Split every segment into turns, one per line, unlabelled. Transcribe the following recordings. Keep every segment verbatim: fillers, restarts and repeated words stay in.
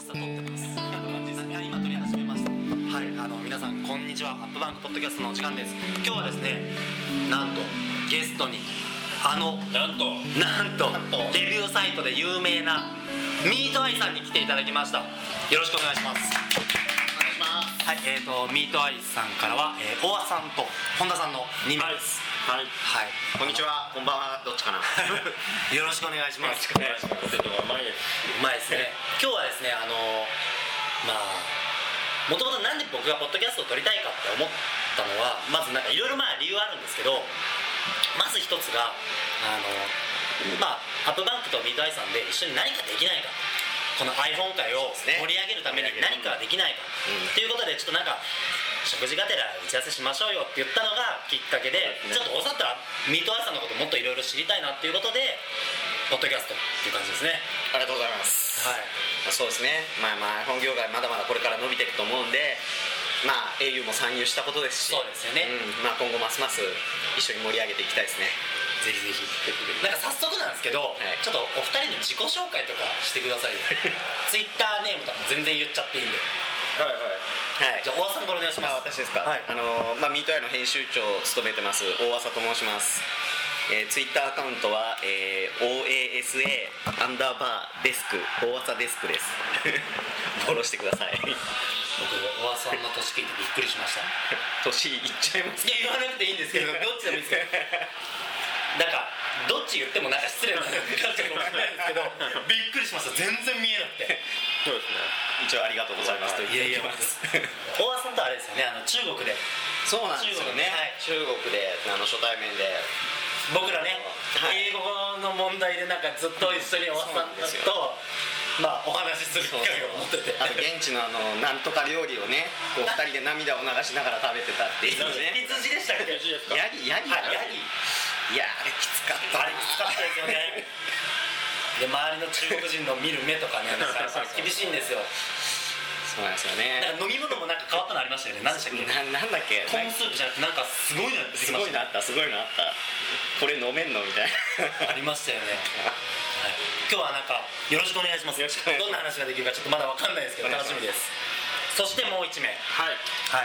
実は撮ってます。実際今撮り始めました。はい、あの皆さんこんにちは。アップバンクポッドキャストのお時間です。今日はですね、なんとゲストにあの
なんと
なんとレビューサイトで有名なミートアイさんに来ていただきました。よろしくお願いします。
お願いします。
はい、えーとミートアイさんからは、えー、大和さんと本田さんのに名です。
はい、
はい、
こんにちは、こんばんは、どっちかな
よろしくお願いします。
よろしくお願いします。ポテトがうまいです。
うまいですね。今日はですね、あのまあもともとなんで僕がポッドキャストを撮りたいかって思ったのは、まずなんかいろいろまあ理由はあるんですけど、まず一つがあのまあアップバンクとミートアイさんで一緒に何かできないか、この iPhone 界を盛り上げるために何かできないかっていうことで、ちょっとなんか食事がてら打ち合わせしましょうよって言ったのがきっかけで、ちょっとおさったらミートアイさんのこともっといろいろ知りたいなっていうことでポッドキャストっていう感じですね。
ありがとうございます。
はい、
そうですね。まあまあ iPhone 業界まだまだこれから伸びていくと思うんで、まあ エーユー も参入したことですし、
そうですよね、
うん、まあ今後ますます一緒に盛り上げていきたいですね。
ぜひぜひ。なんか早速なんですけど、はい、ちょっとお二人の自己紹介とかしてくださいよツイッターネームとか全然言っちゃっていいんで。
はいはい、はい、
じゃあ大和さんからお願いします。
あ、私ですか。はい、あのー、まあミートアイの編集長を務めてます大和と申します。えー、ツイッターアカウントは、えー、オーエーエスエー アンダーバーデスク大和デスクですフォローしてください。
僕大和さんの年聞いてびっくりしました
年いっちゃいます。
いや言わなくていいんですけどどっちでもいいですけどなんかどっち言ってもなんか失礼な感じかもしれないですけどびっくりしました。全然見えなくて。
そうですね、一応ありがとうございますと言っておきます。
大和さんとあれですよね、あの中国で。
そうなんですよね、はい、中国であの初対面で
僕らね、はい、英語の問題でなんかずっと一緒に大和さんとまあお話しする機会を持ってて、
あと現地のあのなんとか料理をねこうふたりで涙を流しながら食べてたっていうね。
羊でしたっけ。
ヤギヤギ、はい、ヤギ。いやあれきつかった。
あれきつかったですよねで周りの中国人の見る目とかね厳しいんですよ。
そうなんですよね。
なんか飲み物もなんか変わったのありましたよね。何でしたっけ。
ななんだっけ。
コーンスープじゃなくてなんかすごいの出てきました、ね、
すごいのあったすごいのあった。これ飲めんのみたいな
ありましたよねはい、今日はなんかよろしくお願いします。どんな話ができるかちょっとまだわかんないですけど楽しみです。そしてもう一名、
はい
はい、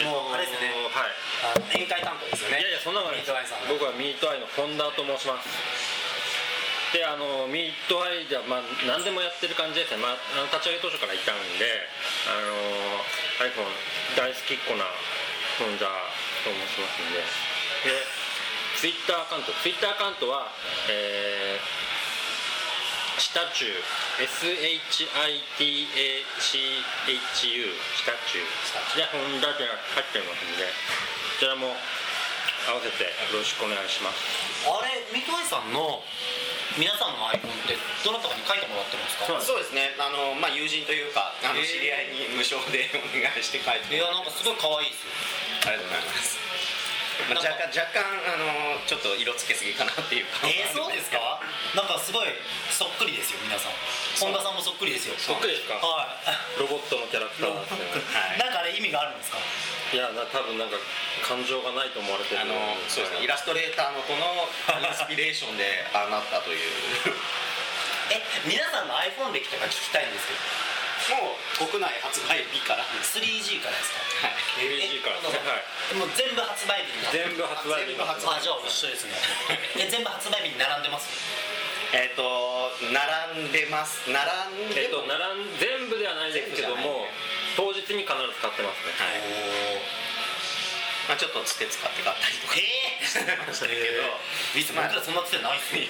もうあれですね、はい、あの宴会担当ですよね。
いやいやそんなことないです。僕はミートアイの本田と申します。であのミートアイでは、まあ、何でもやってる感じですね、まあ、あの立ち上げ当初からいたんであの iPhone 大好きっ子な本田と申しますんで、でツイッターアカウントツイッターアカウントは、えーシタチュー エスエイチアイティーエーシーエイチユー シタチューで本田で入ってますんで、こちらも合わせてよろしくお願いします。
あれミートアイさんの皆さんの iPhone ってどなたかに書いてもらってるんですか。
そうですね、あの、まあ、友人というかあの知り合いに無償でお願いして書いてもらって。
いやなんかすごい可愛いですよ。
ありがとうございます。まあ、若干若干あのちょっと色つけすぎかなっていうか。
えー、そうですか。なんかすごいそっくりですよ皆さん。本田さんもそっくりですよ。
そっくりですか。
はい
ロボットのキャラクターなんですね
はい、なんかあれ意味があるんですか。
いやな多分なんか感情がないと思われてる。
あのそうですね、イラストレーターの子のインスピレーションでああなったという
え皆さんの iPhone 歴とか聞きたいんですけど。
もう国内発売日から
スリージー からですか。
はい
スリージー からですね。はい、
もう全部発売日に
全部発売日に
あじゃあ一緒ですねえ全部発売日に並んでます。
えっと並んでます並んで
えっと並ん全部ではないですけども、当日に必ず買ってますね。
はい、まあ、ちょっとつて使って買ったりとか
えー、してましたけど、いつも僕らそんなつてないっすね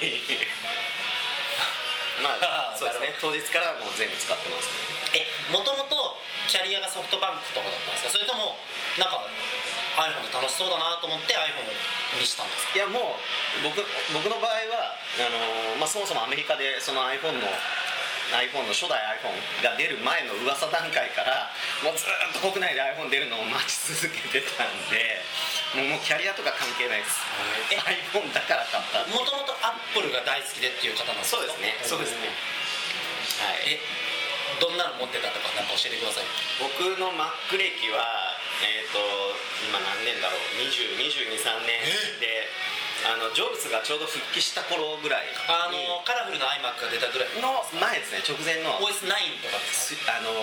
まあそうですね、当日からもう全部使ってます、
え、
ね、
もともとキャリアがソフトバンクとかだったんですか。それともなんか iPhone で楽しそうだなと思って iPhone にしたんですか。
いやもう 僕, 僕の場合はあのーまあ、そもそもアメリカでその iPhone のiPhone の初代 iPhone が出る前の噂段階からもうずっと国内で iPhone 出るのを待ち続けてたんで、もうキャリアとか関係ないです。え iPhone だから買った。
もともと Apple が大好きでっていう方なんですか。
そうですね、そうですね、
はい、えどんなの持ってたとかなんか教えてください。
僕の Mac 歴はえっ、ー、と今何年だろう、にじゅう、にじゅうに、さんねんで、あのジョブズがちょうど復帰した頃ぐらいに
あのカラフルな iMac が出たぐらい
の前ですね、直前の
オーエスナイン とかですか。
あの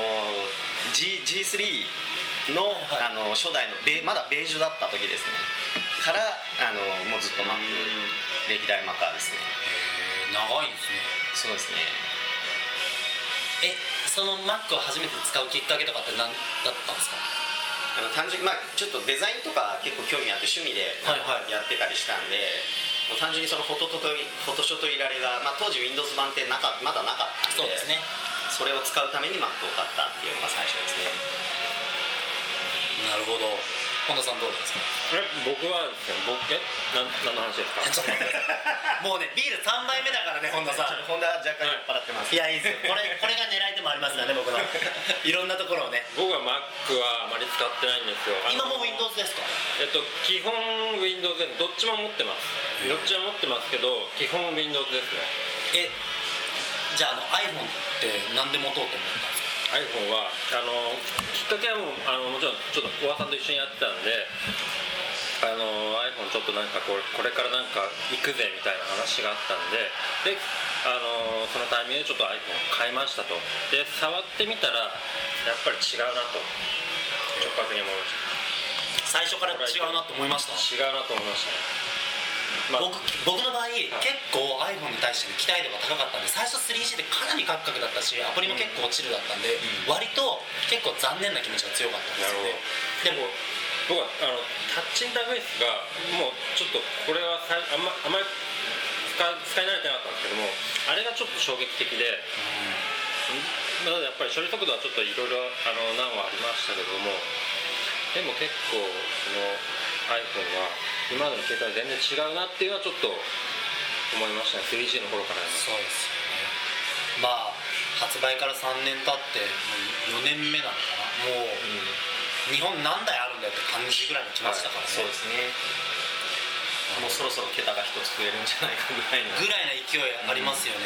G ジースリー の、
はい、
あの初代のベまだベージュだった時ですねからあのもうずっと Mac 歴代 Mac ですね。
へえ、長いんですね。
そうですね。
え、その Mac を初めて使うきっかけとかって何だったんですか？
あの単純に、まあ、ちょっとデザインとか結構興味あって趣味で
はいはい
やってたりしたんで、もう単純にそのフォトとフォトショーといられが、まあ、当時 Windows 版ってなかまだなかったんで、
そうですね、
それを使うために Mac を買ったっていうのが最初ですね。
なるほど。本田さんどうですか？
え僕はですね、僕えな何の話ですか？
ちょっと待ってください。もうねビールさんばいめだからね本田さん。
ホンダは若干酔っ払ってます。
いやいいですよ。これこれが狙いでもありますからね僕の。いろんなところをね。
僕は Mac はあまり使ってないんですよ。
今も Windows ですか？
えっと基本 Windows でどっちも持ってます。どっちも持ってますけど基本 Windows ですね。
え、じゃあ、あの iPhone って何で持とうと思ったんですか？
iPhone はあのきっかけはもうあのもちろんちょっと小川さんと一緒にやってたんで、あの iPhone ちょっとなんかこれこれからなんか行くぜみたいな話があったんで、であのそのタイミングでちょっと iPhone 買いましたと。で触ってみたらやっぱり違うなと直角に思いま
最
した。
初から違うなと思いました？
違うなと思いましたね。まあ、
僕, 僕の場合、結構 iPhone に対しての期待度が高かったんで、最初 スリージー でかなりカクカクだったし、アプリも結構落ちるだったんで、うん、割と結構残念な気持ちが強かったんですよね。でも
僕はあのタッチインターフェースがもうちょっとこれはさあんまあんまり使, 使い慣れてなかったんですけども、あれがちょっと衝撃的で、うん、なのでやっぱり処理速度はちょっといろいろ難はありましたけども、でも結構その iPhone は今までの携帯全然違うなっていうのはちょっと思いましたね。 スリージー の頃からね。
そうですよね。まあ発売からさんねん経ってもうよねんめなのかな。もう、うん、日本何台あるんだよって感じぐらいに来ましたからね、
はい、そうですね。もうそろそろ桁が一つ増えるんじゃないかぐらいの
ぐらいの勢いありますよね、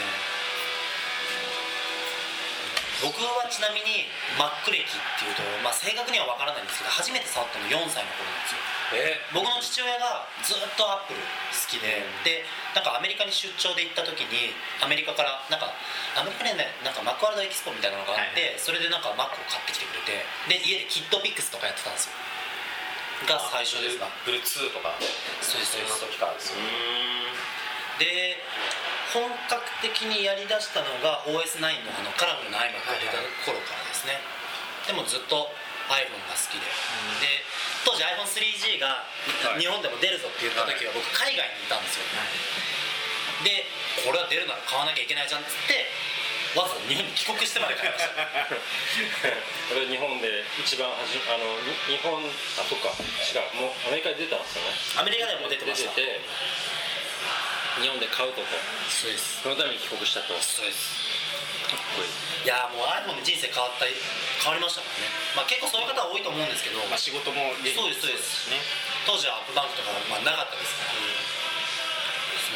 うん、僕はちなみに Mac 歴っていうと、まあ、正確には分からないんですけど、初めて触ったのよんさいの頃なんですよ。
え
僕の父親がずっとアップル好きで、うん、でなんかアメリカに出張で行った時にアメリカからなんかアメリカでねなんかマクワールドエキスポみたいなのがあって、はいはい、それでなんか Mac を買ってきてくれて、で家でキッドピックスとかやってたんですよ。が最初ですが
ブルーツー とか
そうです
そういう時からですよ。
で本格的にやりだしたのが オーエスナイン のあのカラフルな iMac が出た頃からですね、はいはい、でもずっと iPhone が好きで、うん、で当時 アイフォンスリージー が日本でも出るぞって言った時は僕海外にいたんですよ、はい、でこれは出るなら買わなきゃいけないじゃんっつってわざわざ日本に帰国してまで買いました
これ日本で一番はじあの日本あそっか違うもうアメリカで出たんですよね。
アメリカでも出てました。
出てて日本で買うとこ
そうです。
そのために帰国したと。
そうです。かっこいい。いやもう iPhone で人生変わった変わりましたからね。まあ結構そういう方は多いと思うんですけど、
まあ、仕事も
そうですそうですね。当時はアップバンクとかまあなかったですから、うん、そう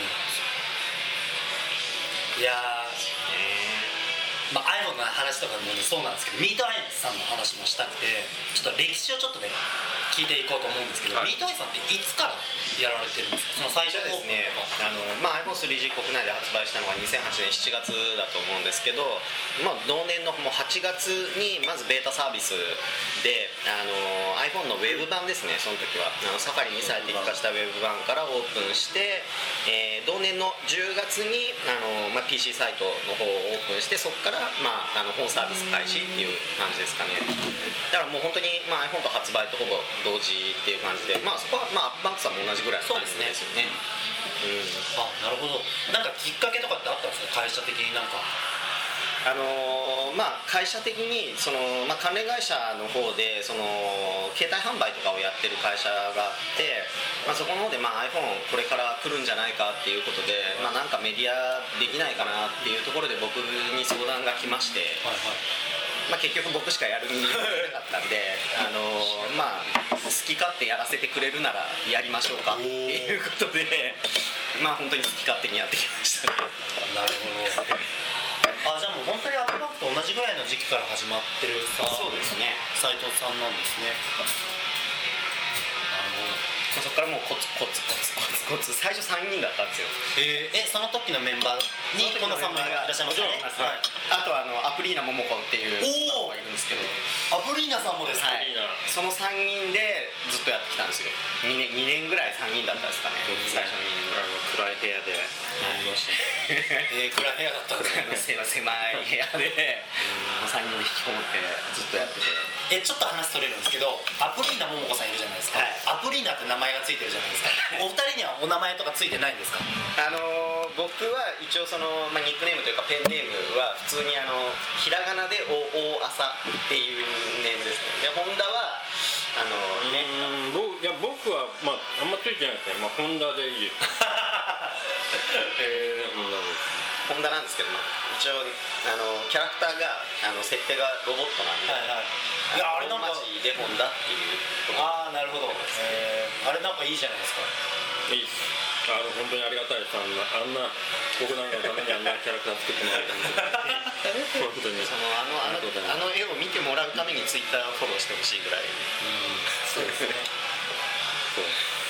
なんですよ。いやー、まあ、iPhone の話とかもそうなんですけど、ミートアイさんの話もしたくて、ちょっと歴史をちょっとね聞いていこうと思うんですけど、はい、ミートアイさんっていつからやられてるんですか？その最初
ですね、あの、まあ、アイフォンスリージー 国内で発売したのがにせんはちねんしちがつだと思うんですけど、まあ、同年のもうはちがつにまずベータサービスであの iPhone のウェブ版ですね。その時はあのサファリに最適化したウェブ版からオープンして、えー、同年のじゅうがつにあの、まあ、ピーシー サイトの方をオープンして、そこから、まあ、あの本サービス開始っていう感じですかね。だからもう本当に、まあ、iPhone と発売とほぼ同時っていう感じで、まあ、そこは、まあ、アップバンクさんも同じぐらいの感じですよね。うん、
あ、なるほど。なんかきっかけとかってあったんですか？会社的になんか
あのーまあ、会社的にその、まあ、関連会社の方でその携帯販売とかをやってる会社があって、まあ、そこの方で、まあ、iPhone これから来るんじゃないかっていうことで、まあ、なんかメディアできないかなっていうところで僕に相談が来まして、はいはい、まあ、結局僕しかやる人間がいなかったんであのー、まあ、好き勝手やらせてくれるならやりましょうかっていうことで、まあ、本当に好き勝手にやってきましたね。
なるほど。あ、じゃあもう本当にアップバンクと同じぐらいの時期から始まってるさ、
そうですね、
斉藤さんなんですね。なるほど。
そこからもうコツコツコツコツコツ最初さんにんだったんですよ。
えー、えその時のメンバーに近藤さんもいらっしゃいますよね。
はい、あとはあのアプリーナ桃子っていう
おお
がいるんですけど、
アプリーナさんもですか。
はい、そのさんにんでずっとやってきたんですよ。 2, 年にねんぐらいさんにんだったんですかね、最初のにねんぐらい。
暗い部屋でやりました
えー、暗い部屋だったんですね。
狭い部屋でさんにんで引きこもってずっとやってて、
えちょっと話取れるんですけど、アプリーナ桃子さんいるじゃないですか、はい、アプリーナって名前がついてるじゃないですかお二人にはお名前とかついてないんですか？
あのー、僕は一応その、まあ、ニックネームというかペンネームは普通にあのひらがなでお大朝っていうネームですね。でホンダはあのね、
うん僕いや僕はまああんまついてないですね。まあホンダでいいですえー、ホンダです。
ホンダなんですけど、まあ、一応あのキャラクターがあの設定がロボットなんで、はいはい、いやあれなんかでホンダっていうところ。
ああなるほど、えー、あれなんかいいじゃないですか。
いいっす。あの本当にありがたいです。あんなあんな僕なんかのためにあんなキャラクター作ってもらったんで本当に
そのあのあのあの絵を見てもらうためにツイッターをフォローしてほしいぐらい。うん
そうですね
そう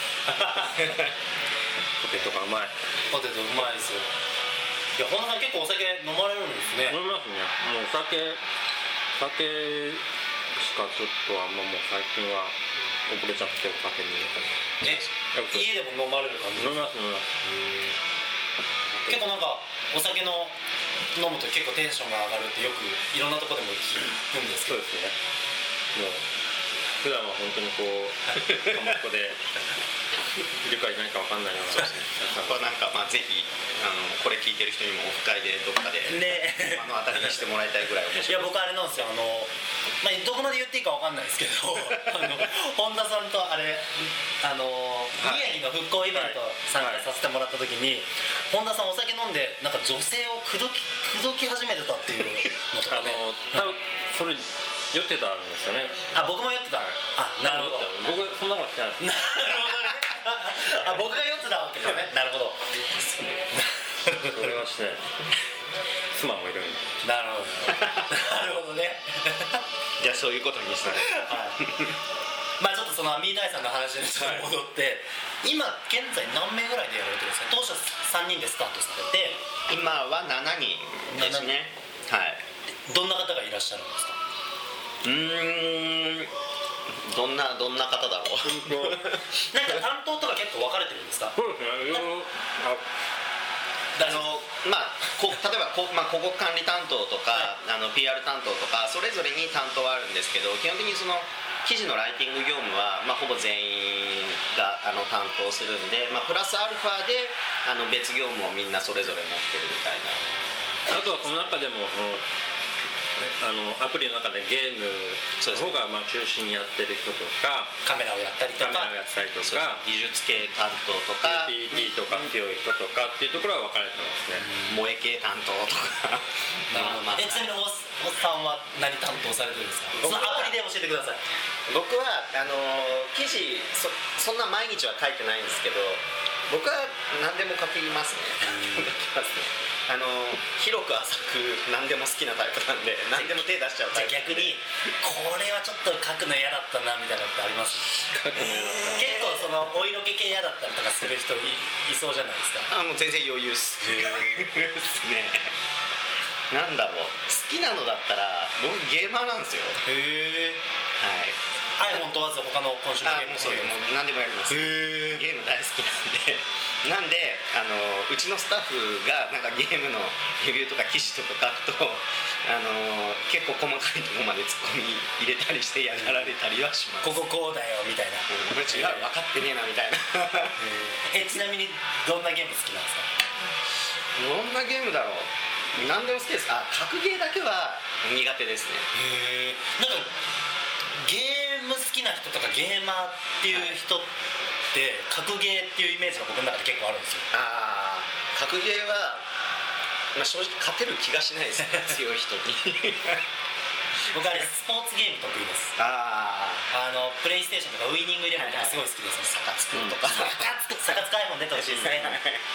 ポテトがうまい。
ポテトうまいですよ。いや本田さん結構お酒飲まれるんですね。
飲みますね。もうお酒酒しかちょっとあんまもう最近は溺れちゃってお酒に。
え家でも飲まれる感じ？
飲みます飲みます。
結構なんかお酒の飲むと結構テンションが上がるってよくいろんなところでも聞くんですけど。
そうですね。もう普段は本当にこうかまっこでいるかいないか分かんないような。
ここはなんかまあぜひあのこれ聞いてる人にもオフ会でどっかで
ね
目の当たりにしてもらいたいぐらい面白い。
いや僕あれなんですよ、あの、まあ、どこまで言っていいか分かんないですけどあの本田さんとあれあの、はい、宮城の復興イベント参加させてもらった時に、はい、本田さんお酒飲んでなんか女性を口説き口説き始めてたっていうのとかね。
あの多分それ酔ってたんですよね。
あ僕も酔ってた。あなるほど。
僕そんなことしてないです。
なるほどねあ僕が酔ってたわけですね。なるほど
それはしてない。妻もいるんで。
なるほどなるほどね
じゃあそういうことにしたね
はいまあちょっとそのアミーダイさんの話に戻って、はい、今現在何名ぐらいでやられてるんですか？当初さんにんでスタートされて
今はしちにんですね。はい。
どんな方がいらっしゃるんですか？
うーんどんなどんな方だろう
なんか担当とか結構分かれてるんですか？
そうですね。
あのまあ、こ例えばこ、まあ、広告管理担当とか、はい、あの ピーアール 担当とかそれぞれに担当はあるんですけど、基本的にその記事のライティング業務は、まあ、ほぼ全員があの担当するんで、まあ、プラスアルファであの別業務をみんなそれぞれ持ってるみたいな。
あとはこの中でもあのアプリの中でゲームの方がまあ中心にやってる人とか、
カメラをやったりとか
カメラをやったりとか
技術系担当とか
ピーティー とか強い人とかっていうところは分かれてますね。
萌え系担当とか
まあまあ、えちなみにおっさんは何担当されてるんですか？そのアプリで教えてください。
僕はあの記事 そ, そんな毎日は書いてないんですけど、僕は何でも書きますね書きますね。あの広く浅く何でも好きなタイプなんで何でも手出しちゃうタイプ。
じゃあ逆にこれはちょっと書くの嫌だったなみたいなのってあります？結構そのお色気系嫌だったりとかする人 い, いそうじゃないですか。
あもう全然余裕っすですね。なんだろう、好きなのだったら僕ゲーマーなんですよ。
へえ。はい。iPhone 問わず他のコンシューマーゲームも
そういうもう何でもやります。
へ
ゲーム大好きなんでなんであのうちのスタッフがなんかゲームのレビューとか記事とか書くとあの結構細かいところまでツッコミ入れたりしてやられたりはします。
こここうだよみたいな。
うん、違う分かってねえなみたいな
えちなみにどんなゲーム好きなんですか？
どんなゲームだろう。何でも好きです。あ、格ゲーだけは苦手ですね。
へえ。なんかゲーム好きな人とかゲーマーっていう人って格ゲーっていうイメージが僕の中で結構あるんですよ。
ああ、格ゲーは、まあ、正直勝てる気がしないですね強い人に
僕あれスポーツゲーム得意です。
あ
あのプレイステーションとかウイニングイレブンとかすごい好きですね。サカツクとかサカツクサカツク iPhone 出てほしいですね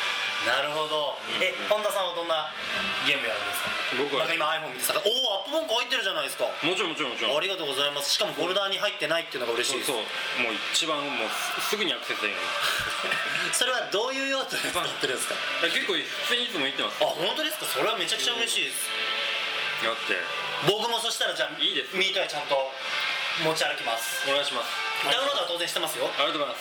なるほど、うん、え本田さんはどんなゲームやるんですか？僕はなんか今 iPhone 見てさ、おおアップ文句入ってるじゃないですか。
もちろんもちろんもちろん、
ありがとうございます。しかもフォルダーに入ってないっていうのが嬉しいです。
そうそう、もう一番もうすぐにアクセスできる
それはどういう用途で使ってるんですか？
結構普通にいつも言ってます。
あ本当ですか？それはめちゃくちゃ嬉しいです。
だって
僕もそしたらじゃあ
いいです、
ミートアイちゃんと持ち歩きます。
お願いします。
ダウンロードは当然してますよ。
ありがとうございます。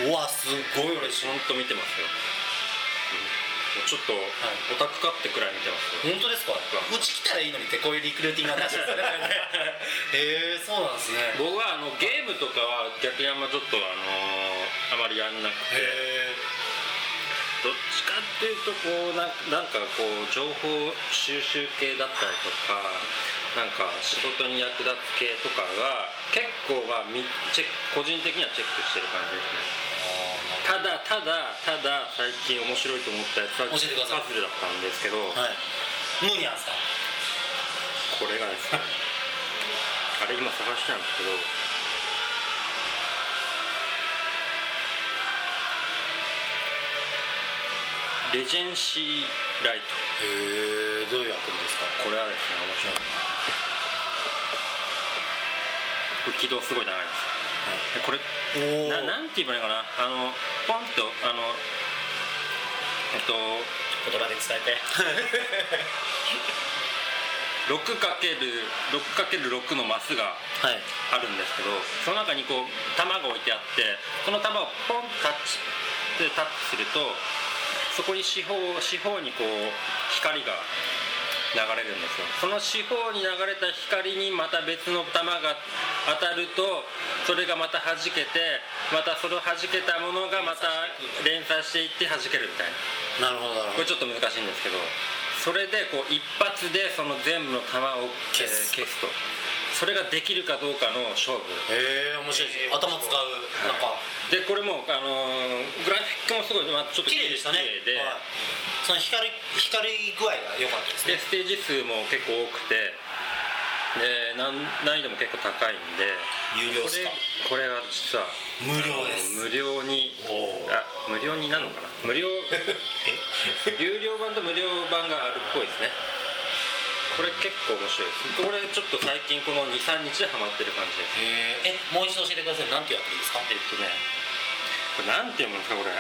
うわすごい嬉しい。
本当見てますよ、うん、ちょっと、はい、オタクかってくらい見てますよ。
本当ですか？うち来たらいいのにってこういうリクルーティングの話ですよね。へえー、そうなんですね。
僕はあのゲームとかは逆にあんまちょっとあのー、あまりやんなくて、へどっちかっていうとこうな、なんかこう情報収集系だったりとかなんか仕事に役立つ系とかが結構まあチェ個人的にはチェックしてる感じですね。ただただただ最近面白いと思ったやつはパズルだったんですけど、はい、
ムーニャンさん
これがですねあれ今探してたんですけど、レジェンシーライト。
へえ、どういうアプリですか？
これはですね面白い。起動すごい長いです、はい、これななんて言えばいいかな、あのポンとあのえっと
言葉で伝えて
ろくかけるろくかけるろく のマスがあるんですけど、はい、その中にこう玉が置いてあってその玉をポンとタッチでタッチするとそこに四方四方にこう光が流れるんですよ。その四方に流れた光にまた別の玉が当たるとそれがまた弾けてまたそれを弾けたものがまた連鎖していって弾けるみたい
な。なるほどなるほど。
これちょっと難しいんですけど、それでこう一発でその全部の玉を消す、消すとそれができるかどうかの勝負。
へえ面白いです。頭使うなんか、はい、
でこれも、あのー、グラフィックもすごい、まあ、ちょっと
綺麗でしたね。
で、
はい、その光光具合が良かったですね。
でステージ数も結構多くてで難易度も結構高いんで
有料ですか？
これは実は
無料です。
無料にあ無料になるのかな無料有料版と無料版があるっぽいですね。これ結構面白いです。これちょっと最近この にさんにちでハマってる感じです。
へえもう一度教えてください。何ていうアプリですか？
えっとねこれなんて読むんですかこれ。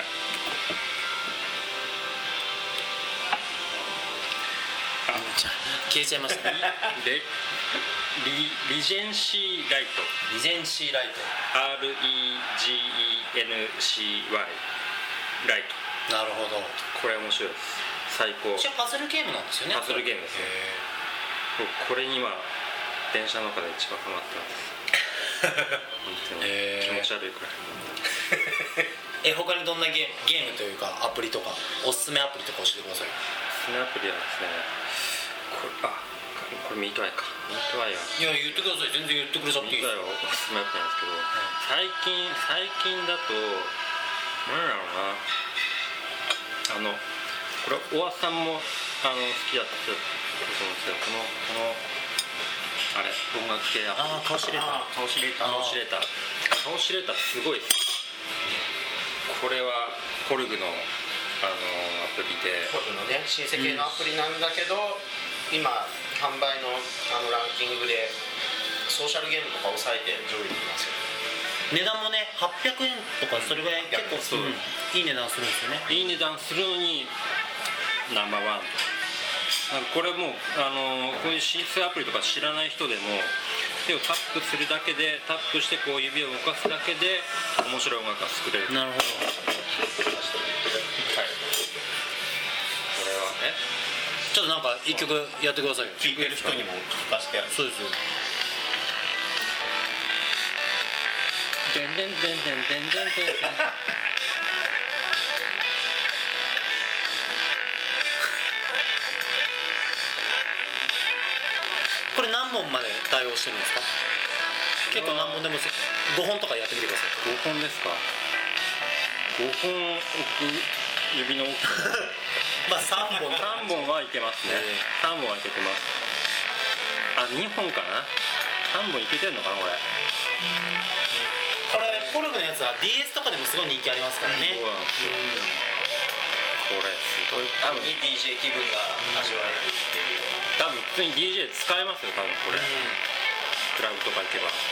あ消えちゃいましたね。
リ, リ, リジェンシーライト。
リジェンシーライト
アールイージーイーエヌシーワイ ライ
ト。なるほど。
これ面白いです。最高。
一応パズルゲームなんですよね。
パズルゲームですね。これに今電車の中で一番ハマってます。本当に気持ち悪いくらい。
え他にどんなゲーム、ゲームというかアプリとかおすすめアプリとか教えてください。
おすすめアプリはですねこれあこれミートアイか。ミートアイは。
いや言ってください。全然言ってくれちゃっていいです。
ミートアイはおすすめアプリなんですけど、はい、最近最近だと何だろうなあのこれ大和さんもあの好きだったと思うんですけどこのこのあれ音楽系アプリ。
ああカオシレーター。
カオシレーター。カオシレーター。カオシレーターすごいです。これはコルグのあのアプリで
コルグのね新世系のアプリなんだけど、うん、今販売のあのランキングでソーシャルゲームとか抑えて上位にいますよ。
値段もねはっぴゃくえんとかそれぐらい結構、うん、いい値段するんですよね。
いい値段するのにナンバーワンと。これもうあのこういう新生アプリとか知らない人でも手をタップするだけでタップしてこう指を動かすだけで面白い音楽が作れる。
なるほど。
はい。これはね
ちょっとなんか一曲やってくださいよ。
聴いてる人にも聴かせてやる。
そうですよ。
でんでんでんでんでんでんでんでん
これ何本まで対応してるんですか？結構何本でもごほんとかやってみてください。
ごほんですか？ごほん置く指の大きさ
まあさんぼん
さんぼんはいけますね。さんぼんはいけてます。あにほんかな。さんぼんいけてんのかなこれ。
これコルグのやつは ディーエス とかでもすごい人気ありますからね。
そうなんですよ。 これすごい
多分いい ディージェー 気分が味わえるっていう。
多分普通に ディージェー 使えますよ多分これ、うん、クラブとか行けば、うん、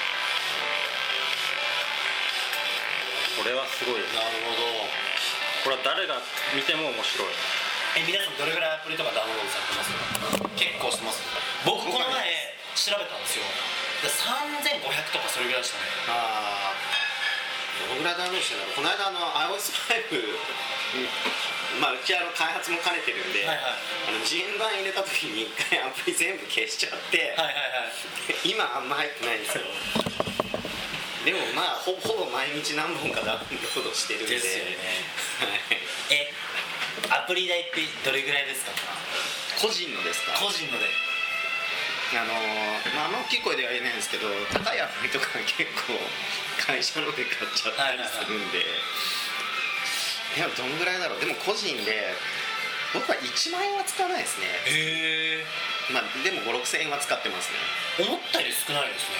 これはすごい。
なるほど。
これは誰が見ても面白い。
え、皆さんどれぐらいアプリとかダウンロードされてます？結構してます。僕この前調べたんですよ。さんぜんごひゃくとかそれぐらいでしたね。
ああ、どのぐらいダウンロードしてるんだろう。この間あの アイオーエスファイブ、うん、まあうちあの開発も兼ねてるんで、はいはい、あのジーエヌ版入れた時に一回アプリ全部消しちゃって、はいはいはい、今あんま入ってないんですよ。でもまあ ほ, ほぼ毎日何本かダウンロードしてるんで。
ですよね。え、アプリ代ってどれぐらいですか？
個人のですか？
個人ので。
あのー、まああんま大きい声では言えないんですけど、高いアプリとか結構会社ので買っちゃったりするんで、はいはいはい、でもどんぐらいだろう。でも個人で僕はいちまんえんは使わないですね。
へえ。
まあでもご、ろくせんえんは使ってますね。
思ったより少ないですね。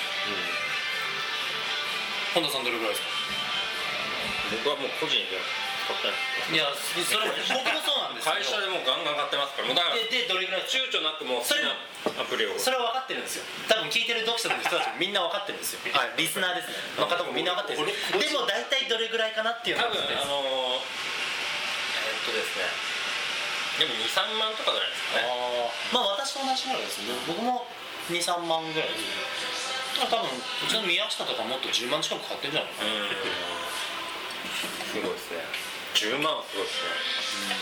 うん。本田さんどれぐらいですか？
僕はもう個人で使った
いや、それも僕もそうなんです
よ。会社でもうガンガン買ってますから。もうだから
ででどれぐらい
躊躇なくもう好きなアプリを。
それは分かってるんですよ。多分聞いてる読者の人たちもみんな分かってるんですよ。はい、リスナーですねの方もみんな分かってるんですよ。でも大体どれぐらいかなっていうのは
多分あのー、えー、っとですねでもに、さんまんとかじゃないですかね。
あ、まあ私と同じぐらいですね。僕もに、さんまんぐらいです。だから多分うちの宮下とかもっとじゅうまん近く買ってるんじゃないかな。
すごいですね。じゅうまんはすごいですね。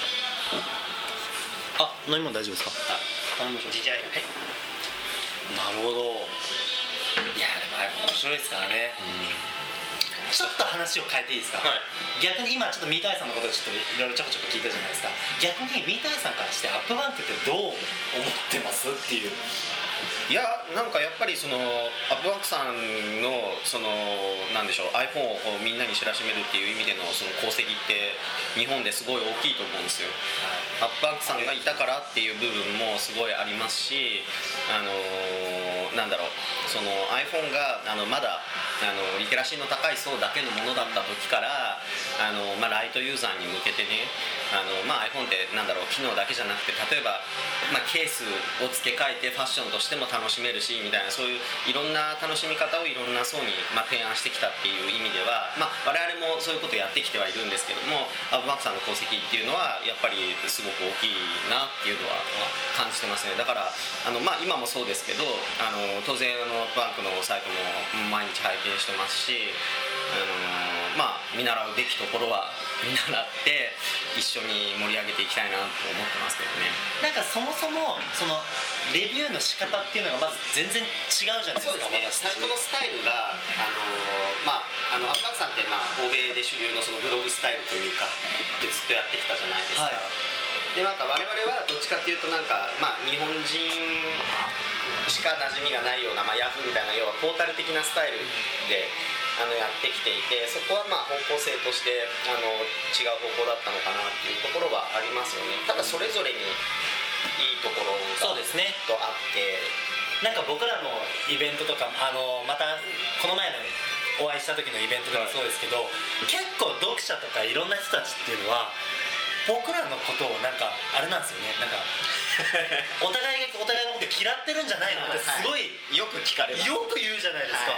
あ、飲み物大丈夫ですか？あ、飲み物ジジャイ、はい。なるほど。いやでもあれ面白いですからね。ちょっと話を変えていいですか？はい。逆に今ちょっとミートアイさんのことでちょっといろいろちょこちょこ聞いたじゃないですか。逆にミートアイさんからしてアップバンクってどう思ってますっていう。
いや、なんかやっぱりそのアップバンクさんのそのなんでしょう iPhone をみんなに知らしめるっていう意味でのその功績って日本ですごい大きいと思うんですよ。アップバンクさんがいたからっていう部分もすごいありますし、あのー、なんだろう、その iPhone があのまだあのリテラシーの高い層だけのものだった時からあの、まあ、ライトユーザーに向けてね、あの、まあ、iPhone ってなんだろう、機能だけじゃなくて例えば、まあ、ケースを付け替えてファッションとしても楽しめるしみたいな、そういういろんな楽しみ方をいろんな層に、まあ、提案してきたっていう意味では、まあ、我々もそういうことをやってきてはいるんですけども、アップバンクさんの功績っていうのはやっぱりすごく大きいなっていうのは感じてますね。だからあの、まあ、今もそうですけど、あの当然あのアップバンクのサイトも毎日拝見してますし、あのまあ見習うべきところは見習って一緒に盛り上げていきたいなと思ってますけどね。
なんかそもそもそのレビューの仕方っていうのがまず全然違うじゃないですか。
そうですね、サイトのスタイルがあのまああのアップバンクさんって、まあ、欧米で主流のそのブログスタイルというかずっとやってきたじゃないですか、はい。でなんか我々はどっちかっていうとなんか、まあ、日本人しか馴染みがないような、まあ、ヤフーみたいな要はポータル的なスタイルであのやってきていて、そこはまあ方向性としてあの違う方向だったのかなっていうところはありますよね。ただそれぞれにいいところが
そうですね
とあって、
なんか僕らのイベントとかあのまたこの前のお会いした時のイベントでもそうですけど、はい、結構読者とかいろんな人たちっていうのは僕らのことをなんかあれなんですよね、なんかお互いがお互いのこと嫌ってるんじゃないのってすごい、
はい、よく聞かれます。
よく言うじゃないですか、はい、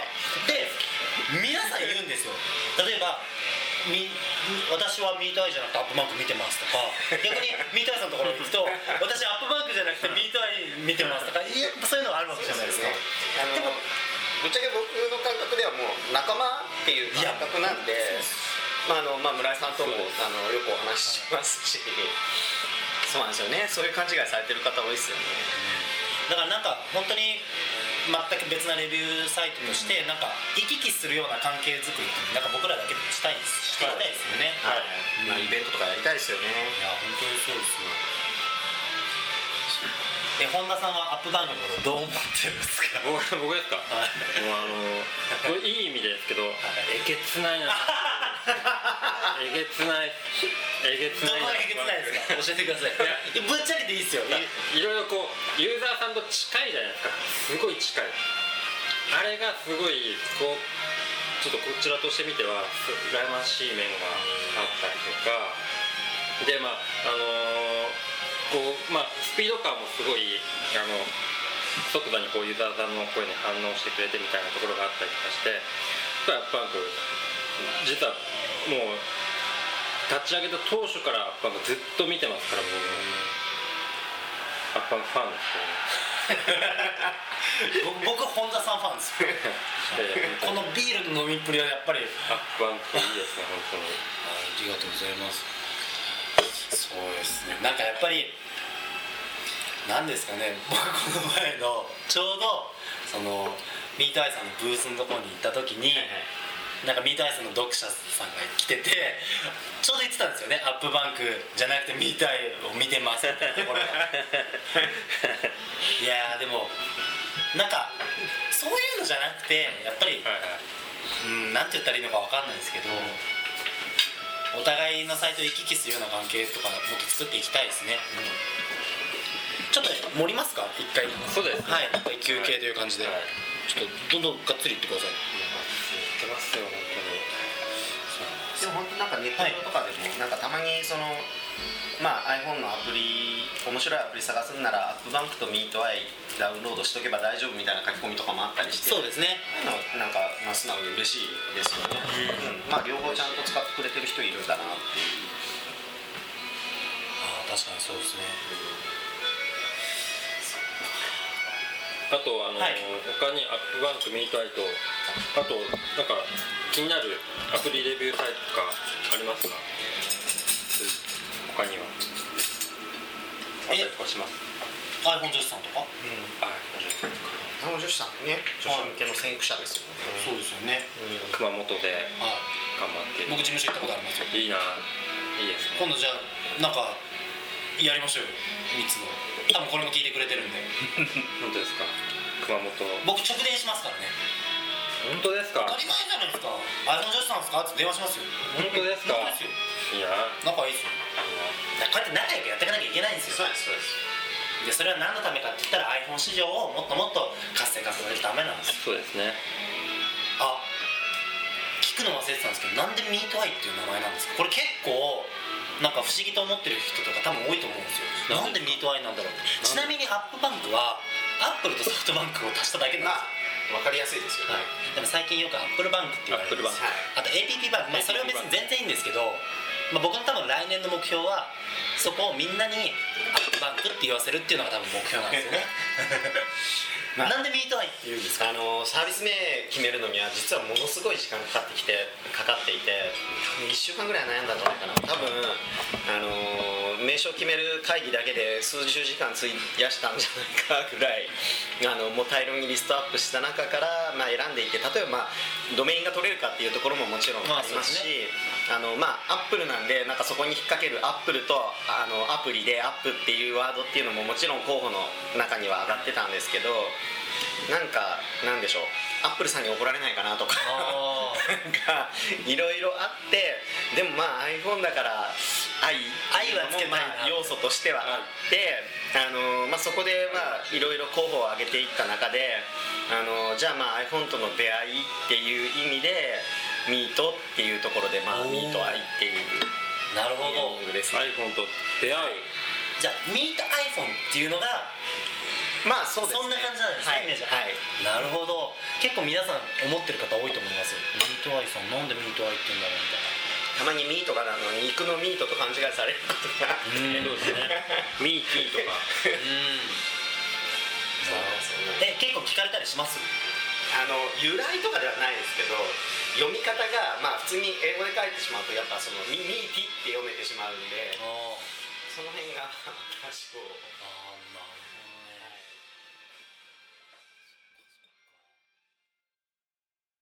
で皆さん言うんですよ。例えばみ私はミートアイじゃなくてアップバンク見てますとか、逆にミートアイさんのところに行くと私アップバンクじゃなくてミートアイ見てますとか、そういうのがあるわけじゃないですか。
でもぶっちゃけ僕の感覚ではもう仲間っていう感覚なんで、まああのまあ、村井さんともあのよくお話ししますし、そうなんですよね。そういう勘違いされてる方多いですよね。
だからなんか本当に全く別なレビューサイトとしてなんか行き来するような関係づくりってなんか僕らだけでもしたいしていきたいですよね。
はい、まあ、イベントとかやりたいですよね。
いや本当にそうですよ。え、本田さんはアップバンクのことどう思ってるんですか？
僕僕ですか？もうあのこれいい意味ですけど、えげつないな。えげつない。えげつない。
どこがえげつないですか？教えてください。いやぶっちゃけでいいですよ。
いろいろこうユーザーさんと近いじゃないですか。すごい近い。あれがすごいこうちょっとこちらとしてみては羨ましい面があったりとか。 でまああのー、こうまあスピード感もすごいあの即座にこうユーザーさんの声に反応してくれてみたいなところがあったりとかして、アップバンク実はもう立ち上げた当初からアップバンクずっと見てますから、僕アップバンクファンですよね。
僕本田さんファンですよこのビールの飲みっぷりはやっぱり
アップバンクいいですね本当に。
ありがとうございます。そうですね、なんかやっぱりなんですかね、僕この前のちょうどそのミートアイさんのブースのところに行った時に、なんかミートアイさんの読者さんが来ててちょうど言ってたんですよね、アップバンクじゃなくてミートアイを見てますってところがいやーでもなんかそういうのじゃなくてやっぱり、はいはい、うんなんて言ったらいいのか分かんないですけど、お互いのサイトを行き来するような関係とかもっと作っていきたいですね、うん、ちょっと盛りますか一回。
そうですね、
はい、一回休憩という感じで、はい、ちょっとどんどんがっつりいってください。
いってますよ本当に。
でも本当なんかネットとかでも、はい、なんかたまにそのまあ iPhone のアプリ面白いアプリ探すんならアップバンクとミートアイダウンロードしとけば大丈夫みたいな書き込みとかもあったりして、
そうですね、
なんか、まあ、素直に嬉しいですよね、うんうん、まあ両方ちゃんと使ってくれてる人いるんだなっていう。
ああ確かにそうですね、
あとあの、はい、他にアップバンク、ミートアイと、あとなんか気になるアプリレビューサイトとかありますか？他にはあったりとかします？
iPhone じゅうさんとか、うん、
iPhone じゅうさんね、女子向けの先駆者ですよね。
そうですよね、
うん、熊本で頑張って、
僕事務所行ったことありますよ。
いいな、いいですね。
今度じゃあなんかやりましょうよ、みっつの。多分これも聞いてくれてるんで
本当ですか？熊本
僕直電しますからね。
本当ですか？
当たり前じゃないですか。 iPhone じゅうさんですかって電話しますよ。
本当ですか？
ですよ。
いや
仲いいですよ。こうやって仲良くやっていかなきゃいけないんですよ。
そうですそうです。
でそれは何のためかって言ったら iPhone 市場をもっともっと活性化させるためなんです。
そうですね。
あ、聞くの忘れてたんですけど、なんでミートアイっていう名前なんですか？これ結構なんか不思議と思ってる人とか多分多いと思うんですよ。なんでミートアイなんだろうって。ちなみにアップバンクはアップルとソフトバンクを足しただけなんですよ。
分かりやすいですよね、はい、
でも最近よくアップルバンクって言われるんです。あと エーピーピー バンク、まあ、それは別に全然いいんですけど、まあ、僕の多分来年の目標はそこをみんなにアップバンクって言わせるっていうのが多分目標なんですよねまあ、なんでミートアイって言うんですか？
あのサービス名決めるのには実はものすごい時間かかってきてかかっていていっしゅうかんぐらい悩んだんじゃないかな。多分あの名称決める会議だけで数十時間費やしたんじゃないかぐらいあのもう大量にリストアップした中から、まあ、選んでいて、例えば、まあ、ドメインが取れるかっていうところももちろんありますし、あのまあアップルなんでなんかそこに引っ掛けるアップルとあのアプリでアップっていうワードっていうのももちろん候補の中には上がってたんですけど、なんかなんでしょう、アップルさんに怒られないかなとかなんかいろいろあって、でもまあ iPhone だから愛
愛はつけたいな、
まあ、要素としてはあって、あの、まあ、そこでまあいろいろ候補を挙げていった中で、あのじゃあまあ iPhone との出会いっていう意味でミートっていうところで、まあ、ミート愛っていう
なるほど
です、ね、iPhone と出会う。
じゃあミート iPhone っていうのが
まあそうですね、
そんな感じなんですね、イメージ。はい、なるほど。結構皆さん思ってる方多いと思いますよ。ミートアイさんなんでミートアイって言うんだろうみたいな。
たまにミートがなのに肉のミートと勘違いされることが
うんそうですねミーティーとかうん
そう
え結構聞かれたりします？
あの由来とかではないですけど、読み方がまあ普通に英語で書いてしまうとやっぱそのミミーティって読めてしまうんで、その辺が多少
ああなるほど